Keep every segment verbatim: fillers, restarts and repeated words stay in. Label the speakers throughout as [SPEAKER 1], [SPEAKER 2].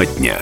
[SPEAKER 1] Тема дня.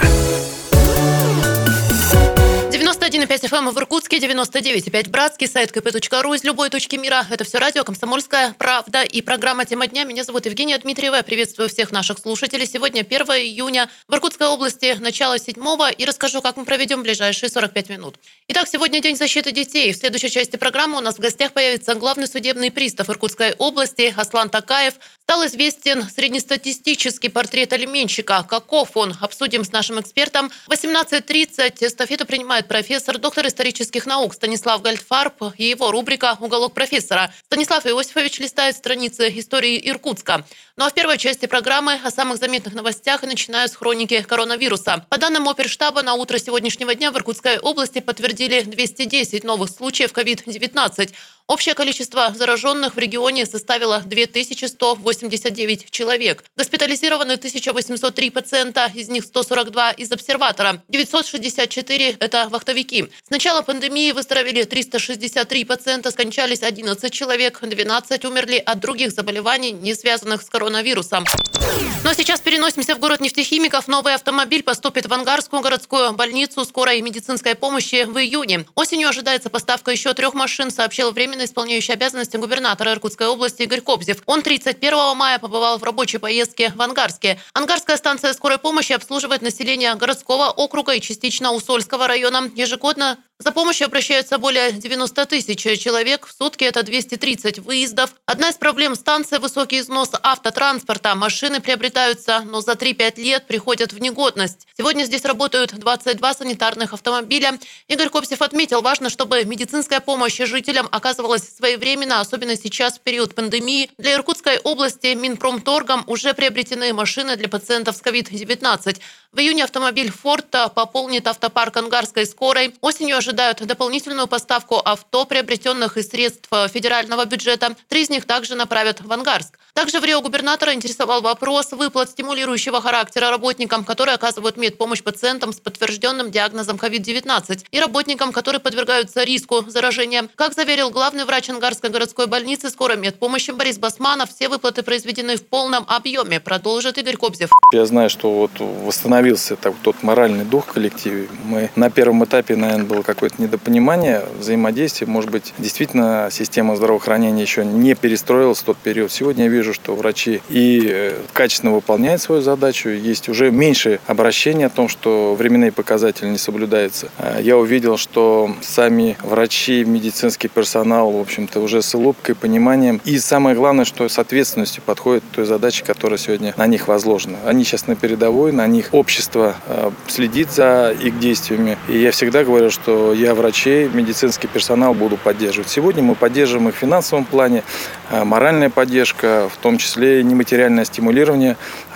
[SPEAKER 2] девяносто один и пять эф эм в Иркутске, девяносто девять и пять в Братске, сайт ка пэ точка ру из любой точки мира. Это все радио «Комсомольская правда» и программа «Тема дня». Меня зовут Евгения Дмитриева. Я приветствую всех наших слушателей. Сегодня первое июня. В Иркутской области начало седьмого. И расскажу, как мы проведем ближайшие сорок пять минут. Итак, сегодня День защиты детей. В следующей части программы у нас в гостях появится главный судебный пристав Иркутской области Аслан Такаев. Стал известен среднестатистический портрет алименщика. Каков он? Обсудим с нашим экспертом. В восемнадцать тридцать эстафету принимает профессор, доктор исторических наук Станислав Гольдфарб и его рубрика «Уголок профессора». Станислав Иосифович листает страницы истории Иркутска. Ну а в первой части программы о самых заметных новостях и начинаю с хроники коронавируса. По данным оперштаба, на утро сегодняшнего дня в Иркутской области подтвердили двести десять новых случаев ковид девятнадцать. Общее количество зараженных в регионе составило две тысячи сто восемьдесят девять человек. Госпитализированы тысяча восемьсот три пациента, из них сто сорок два из обсерватора. девятьсот шестьдесят четыре – это вахтовики. С начала пандемии выздоровели триста шестьдесят три пациента, скончались одиннадцать человек, двенадцать умерли от других заболеваний, не связанных с коронавирусом. Ну а сейчас переносимся в город нефтехимиков. Новый автомобиль поступит в Ангарскую городскую больницу скорой медицинской помощи в июне. Осенью ожидается поставка еще трех машин, сообщил временно исполняющий обязанности губернатора Иркутской области Игорь Кобзев. Он тридцать первого мая побывал в рабочей поездке в Ангарске. Ангарская станция скорой помощи обслуживает население городского округа и частично Усольского района. Ежегодно за помощью обращаются более девяноста тысяч человек. В сутки это двести тридцать выездов. Одна из проблем станции – высокий износ автотранспорта. Машины приобретаются, но за три-пять лет приходят в негодность. Сегодня здесь работают двадцать два санитарных автомобиля. Игорь Кобзев отметил, важно, чтобы медицинская помощь жителям оказывалась своевременно, особенно сейчас, в период пандемии. Для Иркутской области Минпромторгом уже приобретены машины для пациентов с ковид девятнадцать. В июне автомобиль «Форд» пополнит автопарк Ангарской скорой. Осенью ожидают дополнительную поставку авто, приобретенных из средств федерального бюджета. Три из них также направят в Ангарск. Также в Рио губернатора интересовал вопрос выплат стимулирующего характера работникам, которые оказывают медпомощь пациентам с подтвержденным диагнозом ковид девятнадцать и работникам, которые подвергаются риску заражения. Как заверил главный врач Ангарской городской больницы скорой медпомощи Борис Басманов, все выплаты произведены в полном объеме, продолжит Игорь Кобзев.
[SPEAKER 3] Я знаю, что вот восстановился так, тот моральный дух в коллективе. Мы на первом этапе, наверное, было какое-то недопонимание, взаимодействие. Может быть, действительно система здравоохранения еще не перестроилась в тот период. Сегодня я вижу, что врачи и качественно выполняют свою задачу. Есть уже меньше обращений о том, что временные показатели не соблюдаются. Я увидел, что сами врачи, медицинский персонал, в общем-то, уже с улыбкой, пониманием. И самое главное, что с ответственностью подходят к той задаче, которая сегодня на них возложена. Они сейчас на передовой, на них общество следит за их действиями. И я всегда говорю, что я врачей, медицинский персонал буду поддерживать. Сегодня мы поддерживаем их в финансовом плане, моральная поддержка, в том числе нематериальное стимулирование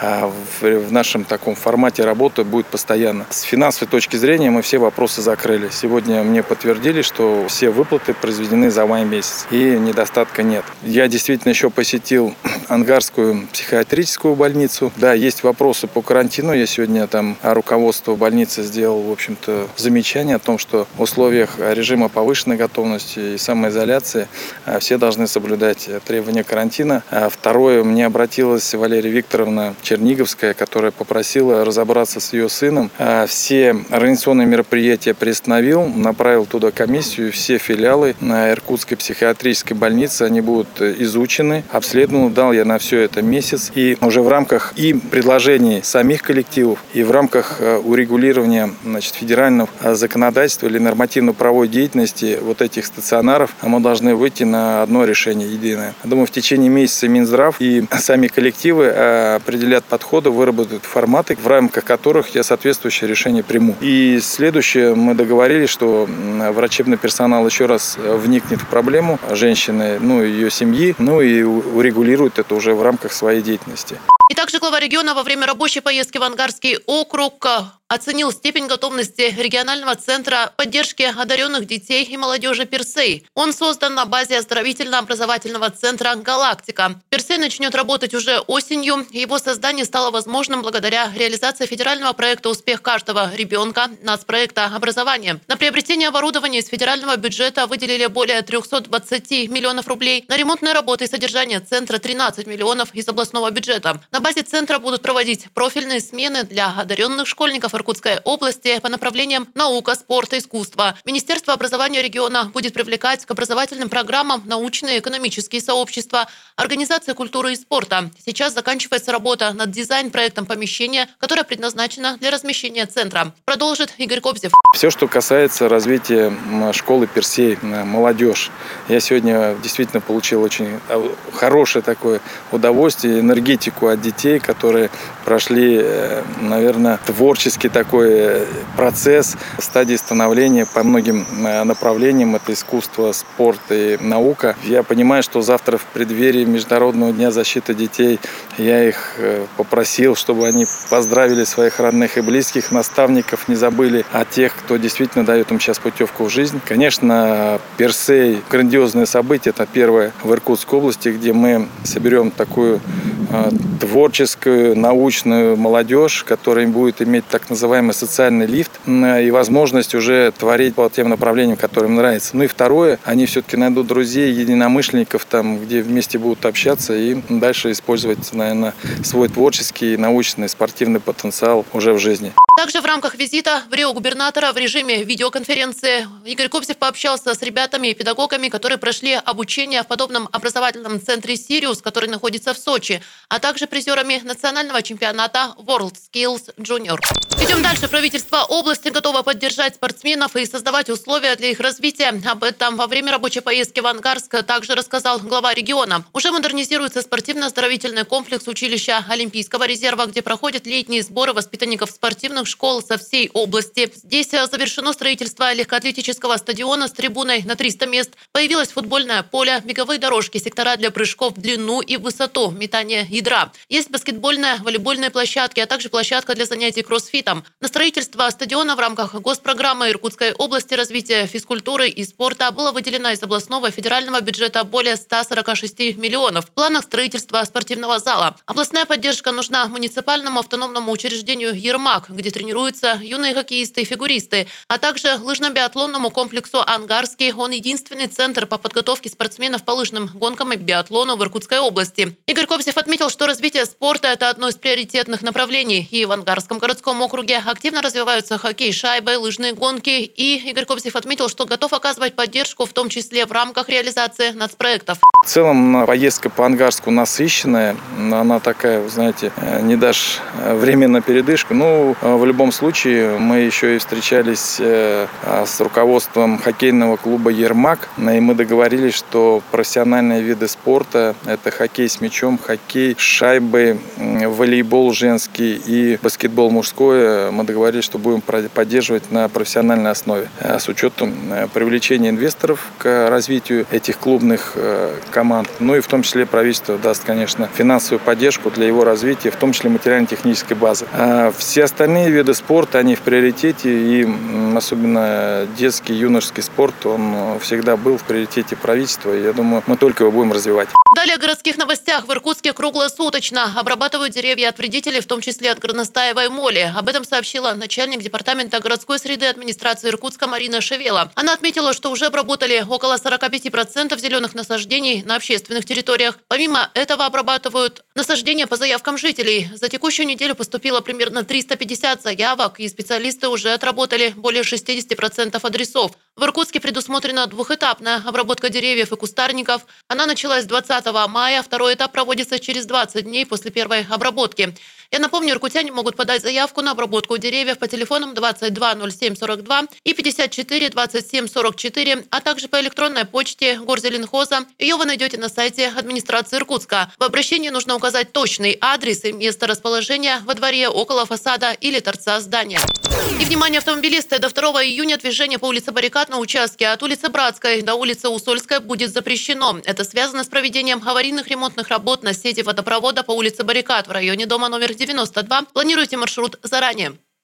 [SPEAKER 3] в нашем таком формате работы будет постоянно. С финансовой точки зрения мы все вопросы закрыли. Сегодня мне подтвердили, что все выплаты произведены за май месяц и недостатка нет. Я действительно еще посетил Ангарскую психиатрическую больницу. Да, есть вопросы по карантину. Я сегодня там руководство больницы сделал, в общем-то, замечание о том, что в условиях режима повышенной готовности и самоизоляции все должны соблюдать требования карантина. Второе, мне обратилась Валерия Викторовна Черниговская, которая попросила разобраться с ее сыном. Все организационные мероприятия приостановил, направил туда комиссию. Все филиалы Иркутской психиатрической больницы, они будут изучены, обследованы. Дал я на все это месяц. И уже в рамках и предложений самих коллективов, и в рамках урегулирования, значит, федерального законодательства или нормативно-правовой деятельности вот этих стационаров мы должны выйти на одно решение единое. Думаю, в течение месяца Минздрав и сами коллективы определят подходы, выработают форматы, в рамках которых я соответствующее решение приму. И следующее, мы договорились, что врачебный персонал еще раз вникнет в проблему женщины, ну и ее семьи, ну и урегулирует это уже в рамках своей деятельности.
[SPEAKER 2] И также глава региона во время рабочей поездки в Ангарский округ оценил степень готовности регионального центра поддержки одаренных детей и молодежи «Персей». Он создан на базе оздоровительно-образовательного центра «Галактика». «Персей» начнет работать уже осенью. Его создание стало возможным благодаря реализации федерального проекта «Успех каждого ребенка» нацпроекта образования. На приобретение оборудования из федерального бюджета выделили более трёхсот двадцати миллионов рублей. На ремонтные работы и содержание центра тринадцать миллионов из областного бюджета. На базе центра будут проводить профильные смены для одаренных школьников Иркутской области по направлениям наука, спорт и искусство. Министерство образования региона будет привлекать к образовательным программам научные и экономические сообщества, организации культуры и спорта. Сейчас заканчивается работа над дизайн-проектом помещения, которое предназначено для размещения центра. Продолжит Игорь Кобзев.
[SPEAKER 3] Все, что касается развития школы «Персей», молодежь. Я сегодня действительно получил очень хорошее такое удовольствие, энергетику от детей, которые прошли, наверное, творческий такой процесс в стадии становления по многим направлениям. Это искусство, спорт и наука. Я понимаю, что завтра в преддверии Международного дня защиты детей я их попросил, чтобы они поздравили своих родных и близких, наставников, не забыли о тех, кто действительно дает им сейчас путевку в жизнь. Конечно, «Персей» – грандиозное событие. Это первое в Иркутской области, где мы соберем такую э, творческую, научную молодежь, которая будет иметь так называемый социальный лифт э, и возможность уже творить по тем направлениям, которые им нравятся. Ну и второе, они все-таки найдут друзей, единомышленников, там, где вместе будут общаться и дальше использовать, наверное, свой творческий, научный, спортивный потенциал уже в жизни.
[SPEAKER 2] Также в рамках визита в Рио губернатора в режиме видеоконференции Игорь Кобзев пообщался с ребятами и педагогами, которые прошли обучение в подобном образовательном центре «Сириус», который находится в Сочи, а также призерами национального чемпионата WorldSkills Junior. Идем дальше. Правительство области готово поддержать спортсменов и создавать условия для их развития. Об этом во время рабочей поездки в Ангарск также рассказал глава региона. Уже модернизируется спортивно-оздоровительный комплекс училища Олимпийского резерва, где проходят летние сборы воспитанников спортивных школ со всей области. Здесь завершено строительство легкоатлетического стадиона с трибуной на триста мест. Появилось футбольное поле, беговые дорожки, сектора для прыжков в длину и в высоту, метание ядра. Есть баскетбольная, волейбольные площадки, а также площадка для занятий кроссфитом. На строительство стадиона в рамках госпрограммы Иркутской области развития физкультуры и спорта было выделено из областного и федерального бюджета более ста сорока шести миллионов. В планах строительства спортивного зала. Областная поддержка нужна муниципальному автономному учреждению «Ермак», где тренируются юные хоккеисты и фигуристы, а также лыжно-биатлонному комплексу «Ангарский». Он единственный центр по подготовке спортсменов по лыжным гонкам и биатлону в Иркутской области. Игорь Кобзев отметил, что развитие спорта – это одно из приоритетных направлений. И в Ангарском городском округе активно развиваются хоккей шайбой, лыжные гонки. И Игорь Кобзев отметил, что готов оказывать поддержку, в том числе в рамках реализации нацпроектов.
[SPEAKER 3] В целом поездка по Ангарску насыщенная. Она такая, вы знаете, не дашь время на передышку. Ну, в любом случае, мы еще и встречались с руководством хоккейного клуба «Ермак». И мы договорились, что профессиональные виды спорта – это хоккей с мячом, хоккей с шайбой, волейбол женский и баскетбол мужской. Мы договорились, что будем поддерживать на профессиональной основе. С учетом привлечения инвесторов к развитию этих клубных команд. Ну и в том числе правительство даст, конечно, финансовую поддержку для его развития, в том числе материально-технической базы. А все остальные виды спорта, они в приоритете, и особенно детский, юношеский спорт, он всегда был в приоритете правительства, и я думаю, мы только его будем развивать.
[SPEAKER 2] Далее о городских новостях. В Иркутске круглосуточно обрабатывают деревья от вредителей, в том числе от горностаевой моли. Об этом сообщила начальник департамента городской среды администрации Иркутска Марина Шевела. Она отметила, что уже обработали около сорока пяти процентов зеленых насаждений на общественных территориях. Помимо этого обрабатывают насаждения по заявкам жителей. За текущую неделю поступило примерно триста пятьдесят заявок, и специалисты уже отработали более шестидесяти процентов адресов. В Иркутске предусмотрена двухэтапная обработка деревьев и кустарников. Она началась двадцатого мая, второй этап проводится через двадцать дней после первой обработки. Я напомню, иркутяне могут подать заявку на обработку деревьев по телефонам двадцать два ноль семь сорок два и пятьдесят четыре двадцать семь сорок четыре, а также по электронной почте Горзеленхоза. Ее вы найдете на сайте администрации Иркутска. В обращении нужно указать точный адрес и место расположения во дворе, около фасада или торца здания. И, внимание, автомобилисты, до второго июня движение по улице Баррикад на участке от улицы Братской до улицы Усольской будет запрещено. Это связано с проведением аварийных ремонтных работ на сети водопровода по улице Баррикад в районе дома номер девяносто два. Планируйте маршрут заранее.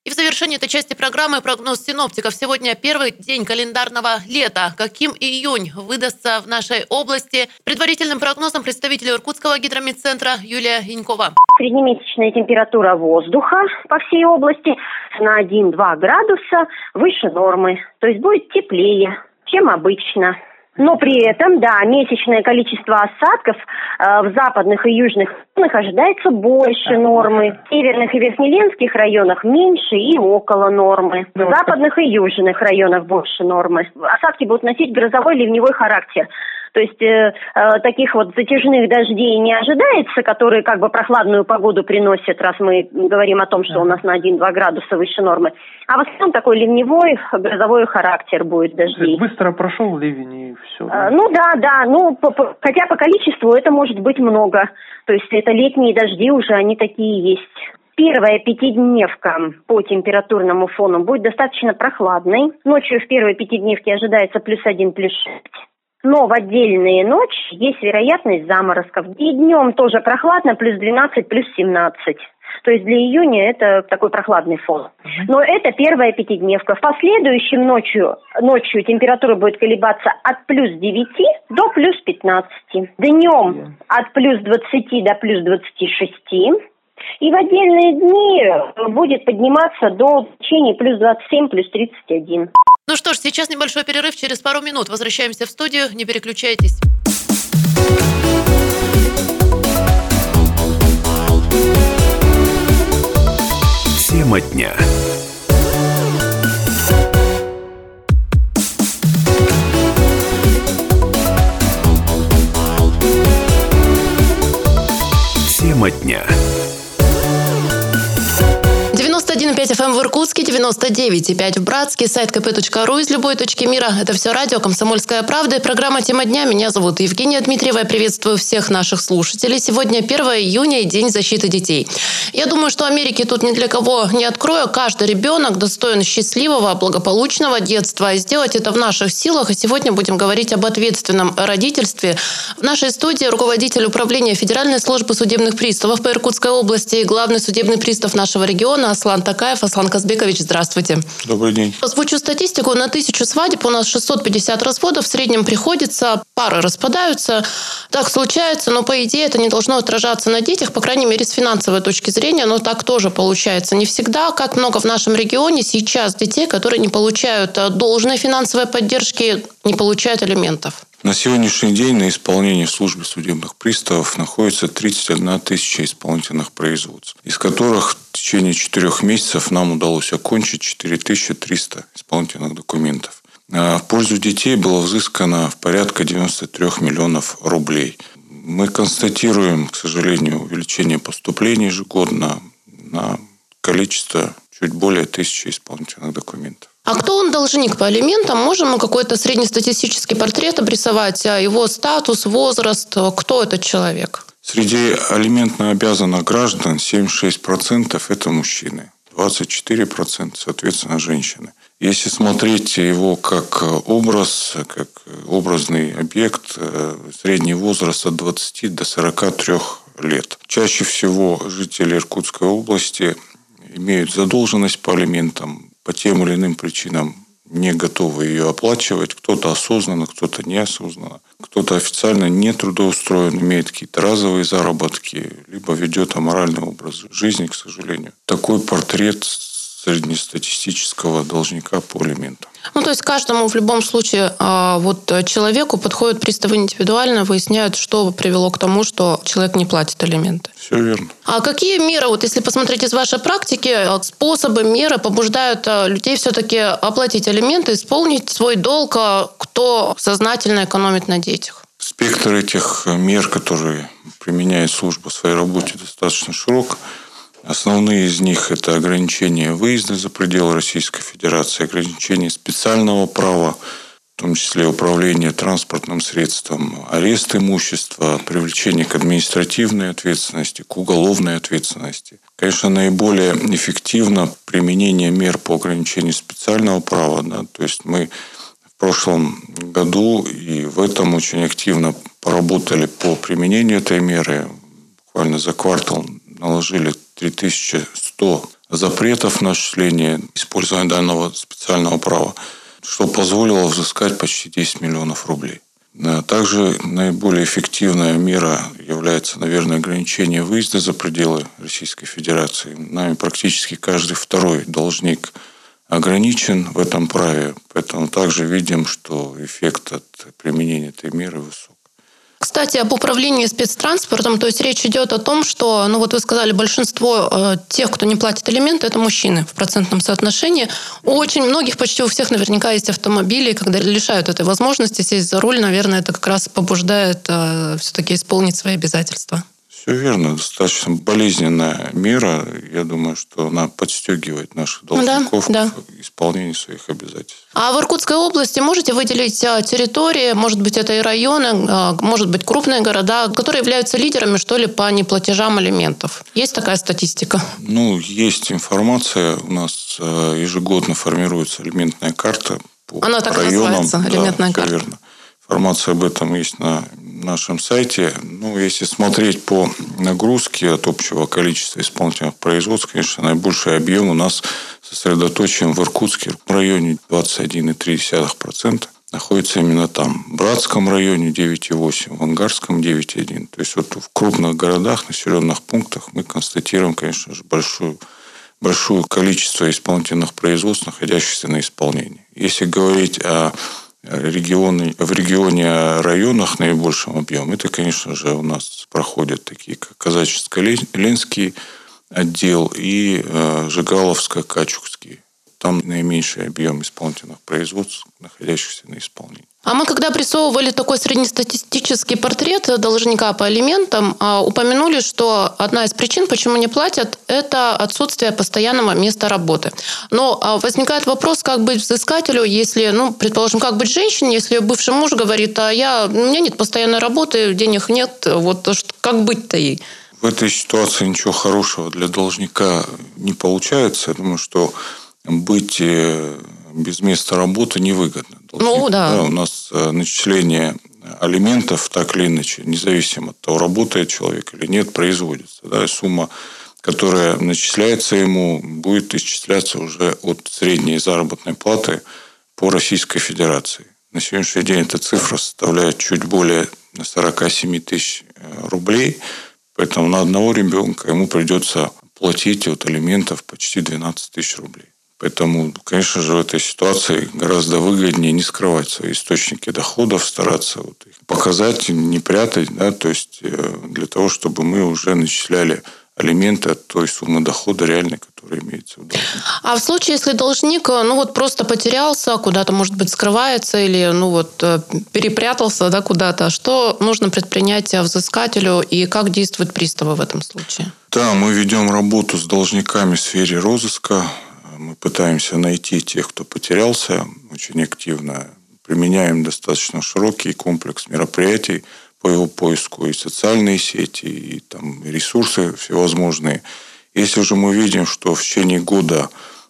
[SPEAKER 2] И в завершении этой части программы прогноз синоптиков. Сегодня первый день календарного лета. Каким июнь выдастся в нашей области? Предварительным прогнозом представитель Иркутского гидрометцентра Юлия Янькова.
[SPEAKER 1] Среднемесячная температура воздуха по всей области на один-два градуса выше нормы. То есть будет теплее, чем обычно. Но при этом, да, месячное количество осадков э, в западных и южных районах ожидается больше нормы. В северных и верхнеленских районах меньше и около нормы. В западных и южных районах больше нормы. Осадки будут носить грозовой ливневой характер. То есть э, э, таких вот затяжных дождей не ожидается, которые как бы прохладную погоду приносят, раз мы говорим о том, что у нас на один-два градуса выше нормы. А в основном такой ливневой грозовой характер будет дождей.
[SPEAKER 4] Быстро прошел ливень и все. Да?
[SPEAKER 1] Э, ну да, да, ну по, по, хотя по количеству это может быть много. То есть это летние дожди уже, они такие есть. Первая пятидневка по температурному фону будет достаточно прохладной. Ночью в первой пятидневке ожидается плюс один, плюс шесть. Но в отдельные ночи есть вероятность заморозков. И днем тоже прохладно, плюс двенадцать, плюс семнадцать. То есть для июня это такой прохладный фон. Но это первая пятидневка. В последующем ночью, ночью температура будет колебаться от плюс девяти до плюс пятнадцати. Днем от плюс двадцати до плюс двадцати шести. И в отдельные дни будет подниматься до значений плюс двадцать семь, плюс тридцать один.
[SPEAKER 2] Ну что ж, сейчас небольшой перерыв, через пару минут возвращаемся в студию, не переключайтесь.
[SPEAKER 5] Тема дня. Тема дня.
[SPEAKER 2] девяносто один и пять эф эм в Иркутске, девяносто девять и пять в Братске, сайт ка пэ точка ру из любой точки мира. Это все радио «Комсомольская правда» и программа «Тема дня». Меня зовут Евгения Дмитриева. Я приветствую всех наших слушателей. Сегодня первое июня и День защиты детей. Я думаю, что Америки тут ни для кого не открою. Каждый ребенок достоин счастливого, благополучного детства. И сделать это в наших силах. И сегодня будем говорить об ответственном родительстве. В нашей студии руководитель управления Федеральной службы судебных приставов по Иркутской области и главный судебный пристав нашего региона Аслан Такаев. Аслан Казбекович, здравствуйте.
[SPEAKER 6] Добрый день.
[SPEAKER 2] Озвучу статистику. На тысячу свадеб у нас шестьсот пятьдесят разводов. В среднем приходится, пары распадаются. Так случается, но по идее это не должно отражаться на детях, по крайней мере, с финансовой точки зрения, но так тоже получается не всегда. Как много в нашем регионе сейчас детей, которые не получают должной финансовой поддержки, не получают алиментов?
[SPEAKER 6] На сегодняшний день на исполнении в службе судебных приставов находится тридцать одна тысяча исполнительных производств, из которых в течение четырех месяцев нам удалось окончить четыре тысячи триста исполнительных документов. В пользу детей было взыскано в порядка девяносто три миллионов рублей. Мы констатируем, к сожалению, увеличение поступлений ежегодно на количество чуть более тысячи исполнительных документов.
[SPEAKER 2] А кто он должник по алиментам? Можем мы какой-то среднестатистический портрет обрисовать, его статус, возраст, кто этот человек?
[SPEAKER 6] Среди алиментно обязанных граждан семьдесят шесть процентов это мужчины, двадцать четыре процента, соответственно, женщины. Если смотреть его как образ, как образный объект, средний возраст от двадцати до сорока трёх лет. Чаще всего жители Иркутской области имеют задолженность по алиментам, по тем или иным причинам не готовы ее оплачивать. Кто-то осознанно, кто-то неосознанно. Кто-то официально не трудоустроен, имеет какие-то разовые заработки, либо ведет аморальный образ жизни, к сожалению. Такой портрет среднестатистического должника по алиментам.
[SPEAKER 2] Ну, то есть каждому в любом случае вот человеку подходят приставы индивидуально, выясняют, что привело к тому, что человек не платит алименты.
[SPEAKER 6] Все верно.
[SPEAKER 2] А какие меры, вот если посмотреть из вашей практики, способы, меры побуждают людей все-таки оплатить алименты, исполнить свой долг, кто сознательно экономит на детях?
[SPEAKER 6] Спектр этих мер, которые применяет служба в своей работе, достаточно широк. Основные из них – это ограничение выезда за пределы Российской Федерации, ограничение специального права, в том числе управление транспортным средством, арест имущества, привлечение к административной ответственности, к уголовной ответственности. Конечно, наиболее эффективно применение мер по ограничению специального права. Да, то есть мы в прошлом году и в этом очень активно поработали по применению этой меры. Буквально за квартал наложили три тысячи сто запретов на осуществление использования данного специального права, что позволило взыскать почти десять миллионов рублей. Также наиболее эффективная мера является, наверное, ограничение выезда за пределы Российской Федерации. Нами практически каждый второй должник ограничен в этом праве, поэтому также видим, что эффект от применения этой меры высок.
[SPEAKER 2] Кстати, об управлении спецтранспортом, то есть речь идет о том, что, ну вот вы сказали, большинство э, тех, кто не платит алименты, это мужчины в процентном соотношении. У очень многих, почти у всех наверняка есть автомобили, и когда лишают этой возможности сесть за руль, наверное, это как раз побуждает э, все-таки исполнить свои обязательства.
[SPEAKER 6] Все верно, достаточно болезненная мера. Я думаю, что она подстегивает наших должников
[SPEAKER 2] да, да.
[SPEAKER 6] к исполнению своих обязательств.
[SPEAKER 2] А в Иркутской области можете выделить территории, может быть, это и районы, может быть, крупные города, которые являются лидерами, что ли, по неплатежам алиментов? Есть такая статистика?
[SPEAKER 6] Ну, есть информация. У нас ежегодно формируется алиментная карта по
[SPEAKER 2] Она так
[SPEAKER 6] районам.
[SPEAKER 2] называется, алиментная
[SPEAKER 6] да,
[SPEAKER 2] карта.
[SPEAKER 6] Верно. Информация об этом есть на нашем сайте. Ну, если смотреть по нагрузке от общего количества исполнительных производств, конечно, наибольший объем у нас сосредоточен в Иркутске. В районе двадцать один и три десятых процента находится именно там. В Братском районе девять и восемь процента, в Ангарском девять и один процента. То есть вот в крупных городах, населенных пунктах мы констатируем, конечно же, большую большое количество исполнительных производств, находящихся на исполнении. Если говорить о регионе, в регионе о районах наибольшем объеме, это, конечно же, у нас проходят такие, как Казаческо-Ленский отдел и Жигаловско-Качукский. Там наименьший объем исполнительных производств, находящихся на исполнении.
[SPEAKER 2] А мы, когда прессовывали такой среднестатистический портрет должника по алиментам, упомянули, что одна из причин, почему не платят, это отсутствие постоянного места работы. Но возникает вопрос, как быть взыскателю, если, ну, предположим, как быть женщине, если бывший муж говорит, а я, у меня нет постоянной работы, денег нет, вот как быть-то ей?
[SPEAKER 6] В этой ситуации ничего хорошего для должника не получается. Я думаю, что быть без места работы невыгодно. Должник,
[SPEAKER 2] ну, да.
[SPEAKER 6] Да, у нас начисление алиментов так или иначе, независимо от того, работает человек или нет, производится. Да, сумма, которая начисляется ему, будет исчисляться уже от средней заработной платы по Российской Федерации. На сегодняшний день эта цифра составляет чуть более сорок семь тысяч рублей, поэтому на одного ребенка ему придется платить от алиментов почти двенадцать тысяч рублей. Поэтому, конечно же, в этой ситуации гораздо выгоднее не скрывать свои источники доходов, стараться вот их показать, не прятать, да, то есть для того, чтобы мы уже начисляли алименты от той суммы дохода реальной, которая имеется в должнике.
[SPEAKER 2] А в случае, если должник, ну вот просто потерялся, куда-то, может быть, скрывается или, ну вот, перепрятался, да, куда-то, что нужно предпринять взыскателю и как действуют приставы в этом случае?
[SPEAKER 6] Да, мы ведем работу с должниками в сфере розыска. Мы пытаемся найти тех, кто потерялся, очень активно. Применяем достаточно широкий комплекс мероприятий по его поиску, и социальные сети, и там ресурсы всевозможные. Если же мы видим, что в течение года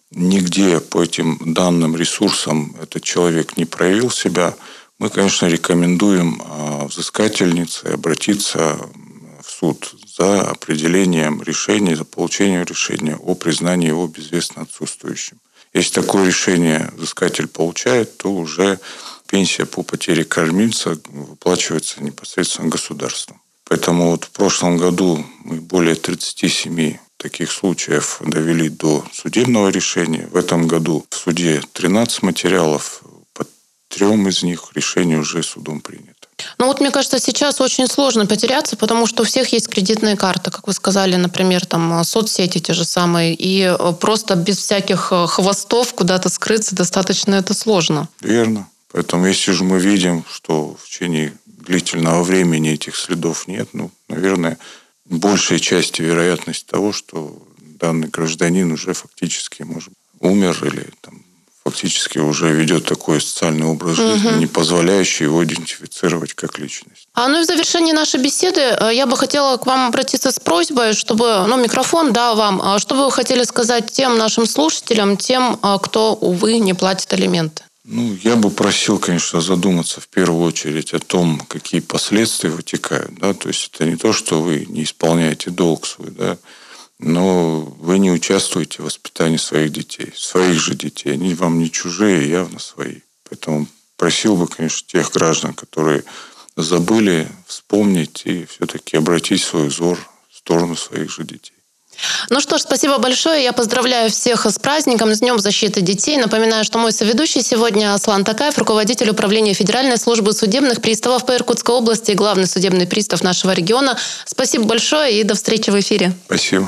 [SPEAKER 6] нигде по этим данным ресурсам этот человек не проявил себя, мы, конечно, рекомендуем взыскательнице обратиться в суд за определением решения, за получением решения о признании его безвестно отсутствующим. Если такое решение взыскатель получает, то уже пенсия по потере кормильца выплачивается непосредственно государством. Поэтому вот в прошлом году мы более тридцати семи таких случаев довели до судебного решения. В этом году в суде тринадцать материалов, по трем из них решение уже судом принято.
[SPEAKER 2] Ну вот, мне кажется, сейчас очень сложно потеряться, потому что у всех есть кредитные карты, как вы сказали, например, там соцсети те же самые, и просто без всяких хвостов куда-то скрыться достаточно это сложно.
[SPEAKER 6] Верно. Поэтому если же мы видим, что в течение длительного времени этих следов нет, ну, наверное, большая часть вероятность того, что данный гражданин уже фактически, может, умер или там фактически уже ведет такой социальный образ жизни, угу. не позволяющий его идентифицировать как личность.
[SPEAKER 2] А ну и в завершении нашей беседы я бы хотела к вам обратиться с просьбой, чтобы, ну, микрофон, да, вам, что бы вы хотели сказать тем нашим слушателям, тем, кто, увы, не платит алименты?
[SPEAKER 6] Ну, я бы просил, конечно, задуматься в первую очередь о том, какие последствия вытекают. Да? То есть это не то, что вы не исполняете долг свой, да? но вы не участвуете в воспитании своих детей, своих же детей. Они вам не чужие, явно свои. Поэтому просил бы, конечно, тех граждан, которые забыли, вспомнить и все-таки обратить свой взор в сторону своих же детей.
[SPEAKER 2] Ну что ж, спасибо большое. Я поздравляю всех с праздником, с Днем защиты детей. Напоминаю, что мой соведущий сегодня Аслан Такаев, руководитель управления Федеральной службы судебных приставов по Иркутской области и главный судебный пристав нашего региона. Спасибо большое и до встречи в эфире.
[SPEAKER 6] Спасибо.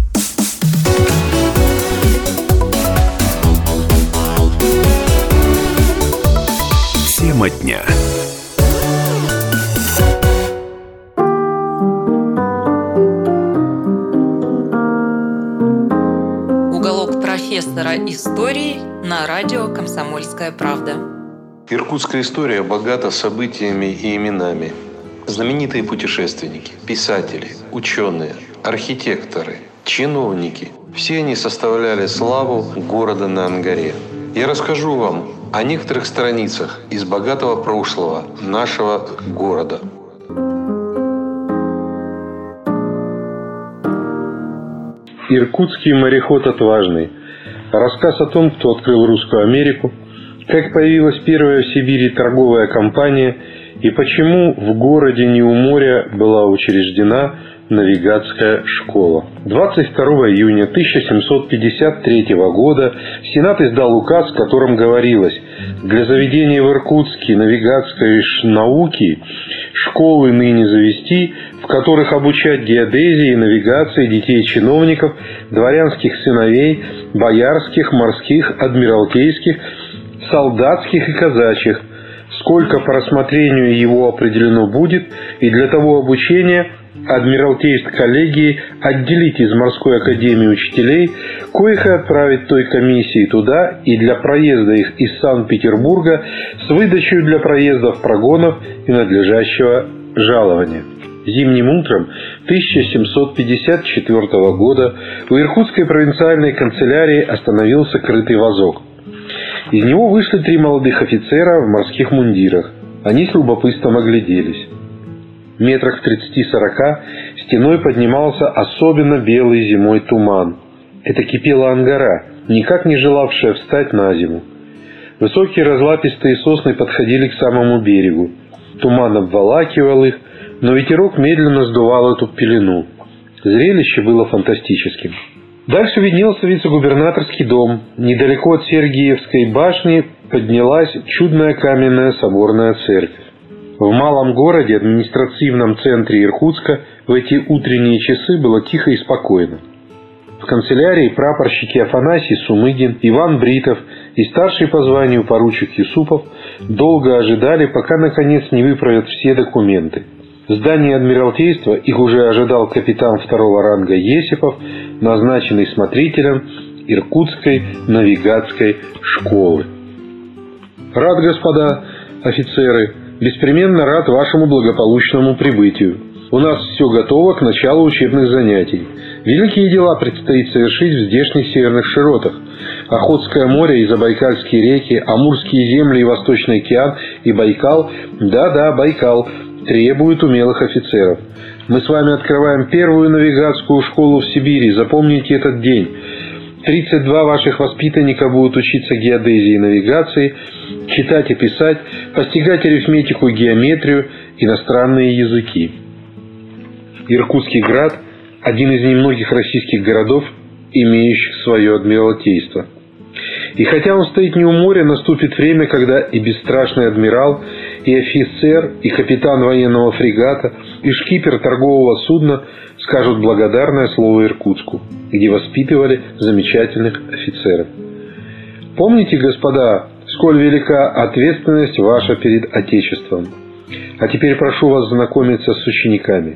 [SPEAKER 5] Тема дня.
[SPEAKER 7] Уголок профессора истории на радио «Комсомольская правда».
[SPEAKER 8] Иркутская история богата событиями и именами. Знаменитые путешественники, писатели, ученые, архитекторы, чиновники – все они составляли славу города на Ангаре. Я расскажу вам о некоторых страницах из богатого прошлого нашего города.
[SPEAKER 9] Иркутский мореход отважный. Рассказ о том, кто открыл Русскую Америку, как появилась первая в Сибири торговая компания и почему в городе не у моря была учреждена навигатская школа. двадцать второго июня тысяча семьсот пятьдесят третьего года Сенат издал указ, в котором говорилось: для заведения в Иркутске навигатской науки школы ныне завести, в которых обучать геодезии и навигации детей чиновников, дворянских сыновей, боярских, морских, адмиралтейских, солдатских и казачьих, сколько по рассмотрению его определено будет, и для того обучения Адмиралтейств коллегии отделить из морской академии учителей, коих и отправить той комиссии туда и для проезда их из Санкт-Петербурга с выдачей для проездов прогонов и надлежащего жалования. Зимним утром тысяча семьсот пятьдесят четвёртого года у Иркутской провинциальной канцелярии остановился крытый вазок. Из него вышли три молодых офицера в морских мундирах. Они с любопытством огляделись. Метрах в тридцати-сорока стеной поднимался особенно белый зимой туман. Это кипела Ангара, никак не желавшая встать на зиму. Высокие разлапистые сосны подходили к самому берегу. Туман обволакивал их, но ветерок медленно сдувал эту пелену. Зрелище было фантастическим. Дальше виднелся вице-губернаторский дом. Недалеко от Сергиевской башни поднялась чудная каменная соборная церковь. В малом городе, административном центре Иркутска, в эти утренние часы было тихо и спокойно. В канцелярии прапорщики Афанасий Сумыгин, Иван Бритов и старший по званию поручик Юсупов долго ожидали, пока наконец не выправят все документы. В здании Адмиралтейства их уже ожидал капитан второго ранга Есипов, назначенный смотрителем Иркутской навигатской школы. Рад, господа офицеры, беспременно рад вашему благополучному прибытию. У нас все готово к началу учебных занятий. Великие дела предстоит совершить в здешних северных широтах. Охотское море и Забайкальские реки, Амурские земли и Восточный океан и Байкал, да-да, Байкал, требуют умелых офицеров. Мы с вами открываем первую навигатскую школу в Сибири. Запомните этот день. тридцать два ваших воспитанника будут учиться геодезии и навигации, читать и писать, постигать арифметику и геометрию, иностранные языки. Иркутский град – один из немногих российских городов, имеющих свое адмиралтейство. И хотя он стоит не у моря, наступит время, когда и бесстрашный адмирал, и офицер, и капитан военного фрегата, и шкипер торгового судна скажут благодарное слово Иркутску, где воспитывали замечательных офицеров. Помните, господа, сколь велика ответственность ваша перед Отечеством. А теперь прошу вас знакомиться с учениками.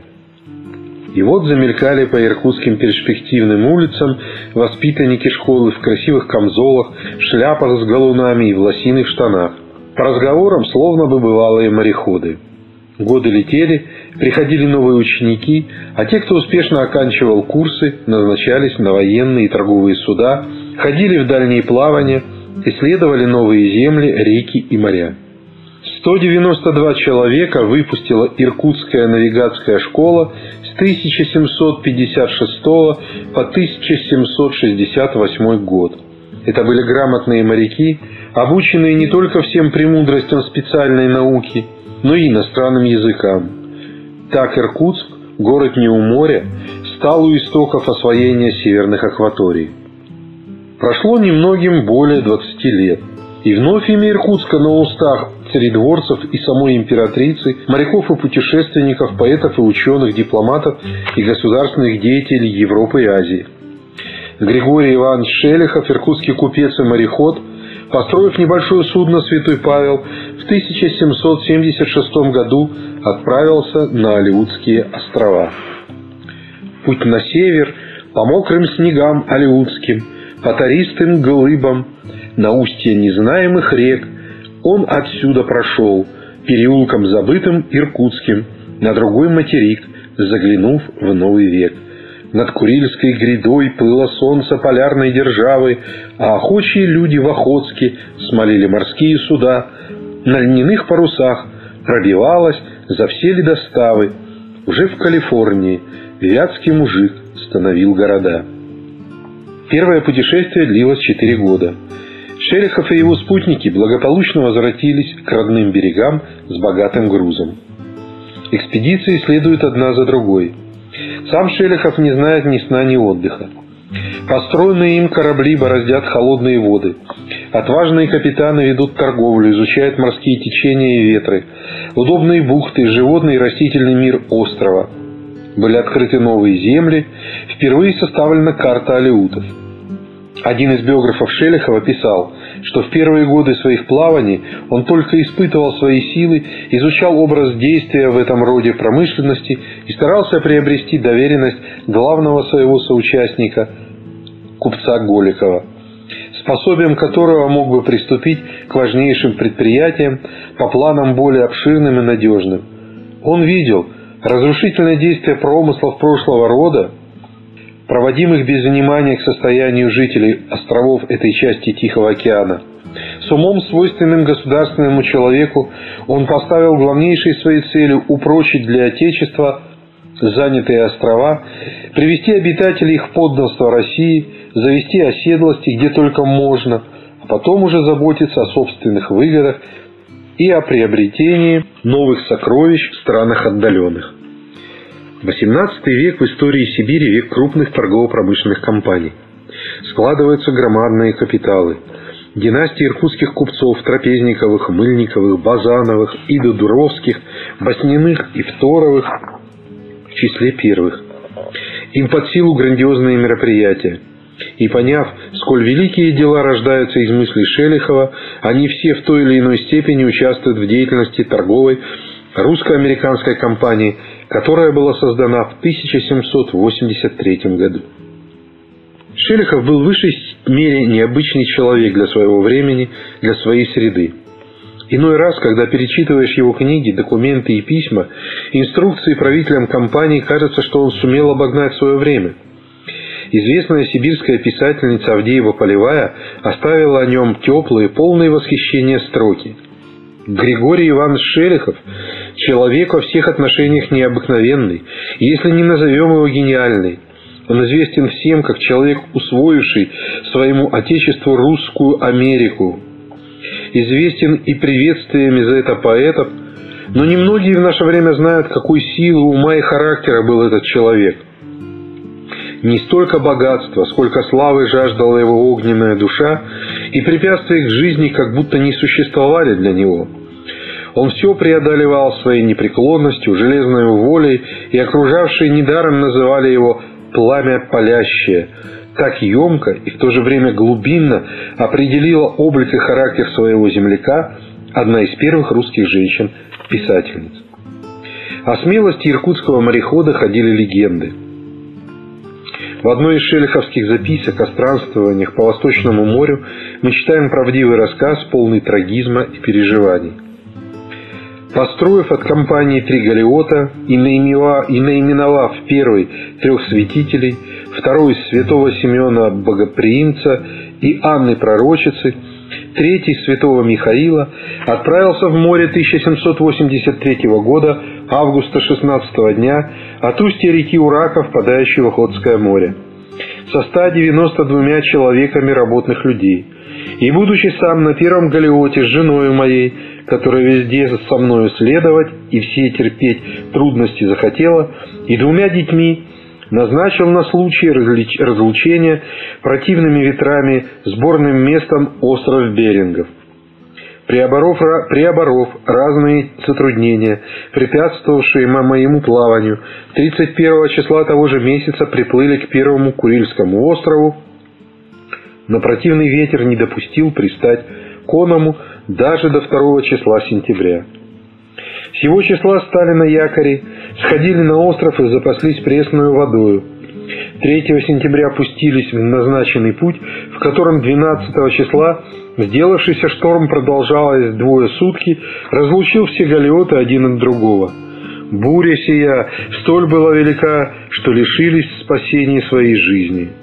[SPEAKER 9] И вот замелькали по иркутским перспективным улицам воспитанники школы в красивых камзолах, шляпах с галунами и в лосиных штанах. По разговорам словно бы бывалые мореходы. Годы летели, приходили новые ученики, а те, кто успешно оканчивал курсы, назначались на военные и торговые суда, ходили в дальние плавания, исследовали новые земли, реки и моря. сто девяносто два человека выпустила Иркутская навигатская школа с с тысяча семьсот пятьдесят шестого по тысяча семьсот шестьдесят восьмой год. Это были грамотные моряки, обученные не только всем премудростям специальной науки, но и иностранным языкам. Так Иркутск, город не у моря, стал у истоков освоения северных акваторий. Прошло немногим более двадцати лет, и вновь имя Иркутска на устах царедворцев и самой императрицы, моряков и путешественников, поэтов и ученых, дипломатов и государственных деятелей Европы и Азии. Григорий Иванович Шелихов, иркутский купец и мореход, построив небольшое судно «Святой Павел», в тысяча семьсот семьдесят шестом году отправился на Алеутские острова. Путь на север по мокрым снегам алеутским, по таристым глыбам, на устье незнаемых рек он отсюда прошел, переулком забытым иркутским, на другой материк, заглянув в новый век. Над Курильской грядой плыло солнце полярной державы, а охочие люди в Охотске смолили морские суда. На льняных парусах пробивалась за все ледоставы. Уже в Калифорнии вятский мужик становил города. Первое путешествие длилось четыре года. Шелихов и его спутники благополучно возвратились к родным берегам с богатым грузом. Экспедиции следуют одна за другой. Сам Шелихов не знает ни сна, ни отдыха. Построенные им корабли бороздят холодные воды. Отважные капитаны ведут торговлю, изучают морские течения и ветры, удобные бухты, животный и растительный мир острова. Были открыты новые земли, впервые составлена карта алеутов. Один из биографов Шелихова писал, что в первые годы своих плаваний он только испытывал свои силы, изучал образ действия в этом роде промышленности и старался приобрести доверенность главного своего соучастника, купца Голикова, способием которого мог бы приступить к важнейшим предприятиям по планам более обширным и надежным. Он видел разрушительное действие промыслов прошлого рода, проводимых без внимания к состоянию жителей островов этой части Тихого океана. С умом, свойственным государственному человеку, он поставил главнейшей своей целью упрочить для Отечества занятые острова, привести обитателей их в подданство России, завести оседлости где только можно, а потом уже заботиться о собственных выгодах и о приобретении новых сокровищ в странах отдаленных. восемнадцатый век в истории Сибири – век крупных торгово-промышленных компаний. Складываются громадные капиталы. Династии иркутских купцов – Трапезниковых, Мыльниковых, Базановых, Идо-Дуровских, Басниных и Второвых в числе первых. Им под силу грандиозные мероприятия. И поняв, сколь великие дела рождаются из мыслей Шелихова, они все в той или иной степени участвуют в деятельности торговой русско-американской компании, которая была создана в тысяча семьсот восемьдесят третьем году. Шелихов был в высшей мере необычный человек для своего времени, для своей среды. Иной раз, когда перечитываешь его книги, документы и письма, инструкции правителям компании, кажется, что он сумел обогнать свое время. Известная сибирская писательница Авдеева Полевая оставила о нем теплые, полные восхищения строки. Григорий Иванович Шелихов – человек во всех отношениях необыкновенный, если не назовем его гениальный. Он известен всем как человек, усвоивший своему отечеству русскую Америку. Известен и приветствиями за это поэтов, но немногие в наше время знают, какой силы ума и характера был этот человек. Не столько богатства, сколько славы жаждала его огненная душа, и препятствия к жизни как будто не существовали для него. Он все преодолевал своей непреклонностью, железной волей, и окружавшие недаром называли его «пламя палящее». Так емко и в то же время глубинно определила облик и характер своего земляка одна из первых русских женщин-писательниц. О смелости иркутского морехода ходили легенды. В одной из шелиховских записок о странствованиях по Восточному морю мы читаем правдивый рассказ, полный трагизма и переживаний. Построив от компании три галеота и наименовав первый трех святителей, второй святого Симеона Богоприимца и Анны Пророчицы, третий святого Михаила отправился в море тысяча семьсот восемьдесят третьего года, августа шестнадцатого дня, от устья реки Урака, впадающей в Охотское море, со ста девяноста двумя человеками работных людей. И, будучи сам на первом галеоте с женою моей, которая везде со мною следовать и все терпеть трудности захотела, и двумя детьми, назначил на случай разлучения противными ветрами сборным местом остров Берингов. Преоборов, преоборов разные затруднения, препятствовавшие моему плаванию, тридцать первого числа того же месяца приплыли к первому Курильскому острову, но противный ветер не допустил пристать к оному даже до второго числа сентября. Сего числа стали на якоре, сходили на остров и запаслись пресную водою. третьего сентября пустились в назначенный путь, в котором двенадцатого числа сделавшийся шторм, продолжалось двое сутки, разлучил все галеоты один от другого. Буря сия столь была велика, что лишились спасения своей жизни.